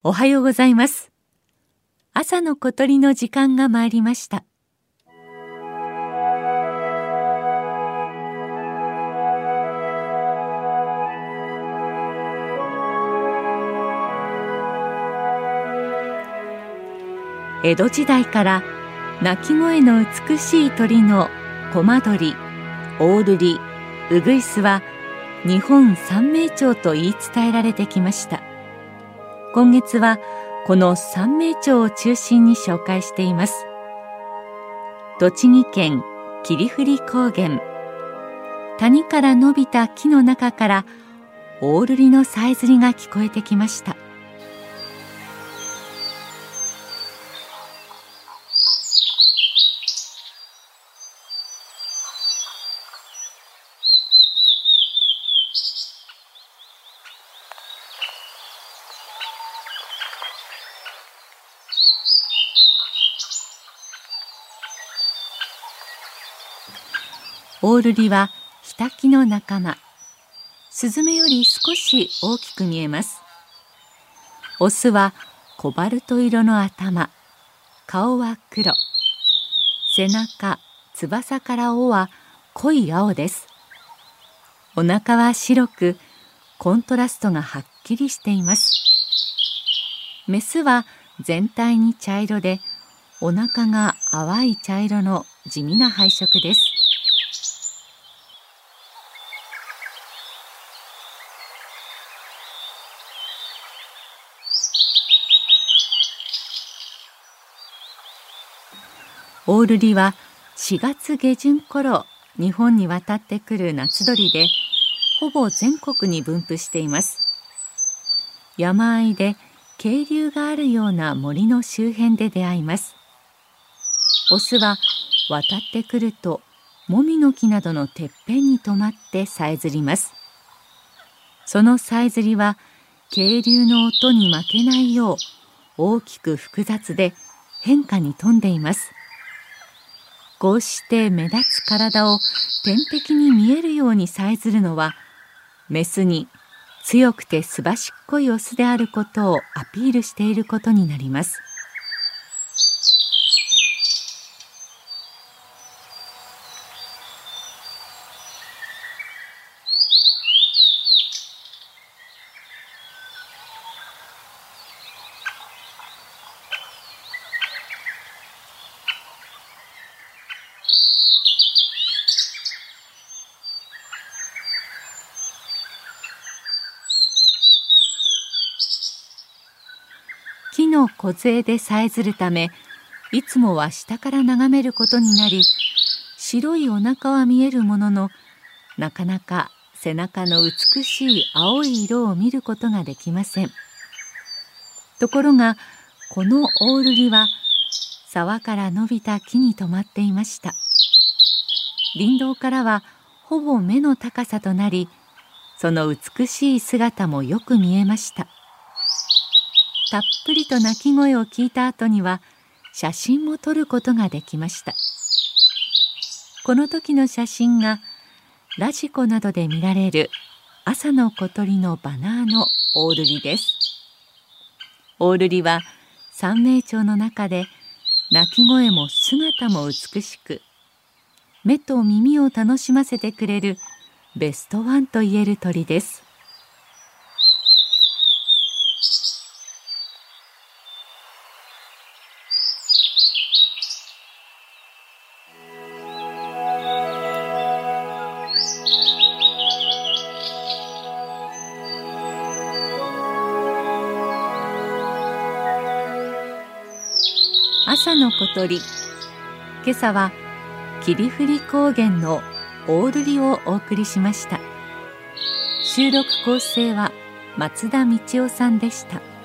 おはようございます。朝の小鳥の時間が参りました。江戸時代から鳴き声の美しい鳥のコマドリ、オオルリ、ウグイスは日本三名鳥と言い伝えられてきました。今月はこの三名鳥を中心に紹介しています。栃木県霧降高原、谷から伸びた木の中からオオルリのさえずりが聞こえてきました。オオルリはヒタキの仲間。スズメより少し大きく見えます。オスはコバルト色の頭、顔は黒、背中、翼から尾は濃い青です。お腹は白く、コントラストがはっきりしています。メスは全体に茶色で、お腹が淡い茶色の地味な配色です。オオルリは4月下旬頃日本に渡ってくる夏鳥で、ほぼ全国に分布しています。山あいで渓流があるような森の周辺で出会います。オスは渡ってくるとモミの木などのてっぺんに止まってさえずります。そのさえずりは渓流の音に負けないよう大きく複雑で変化に富んでいます。こうして目立つ体を天敵に見えるようにさえずるのは、メスに強くてすばしっこいオスであることをアピールしていることになります。木の梢でさえずるため、いつもは下から眺めることになり、白いお腹は見えるものの、なかなか背中の美しい青い色を見ることができません。ところがこのオオルリは沢から伸びた木に止まっていました。林道からはほぼ目の高さとなり、その美しい姿もよく見えました。たっぷりと鳴き声を聞いた後には写真も撮ることができました。この時の写真がラジコなどで見られる朝の小鳥のバナーのオオルリです。オオルリは三名鳥の中で鳴き声も姿も美しく、目と耳を楽しませてくれるベストワンといえる鳥です。朝の小鳥。今朝は霧降高原のオオルリをお送りしました。収録構成は松田道夫さんでした。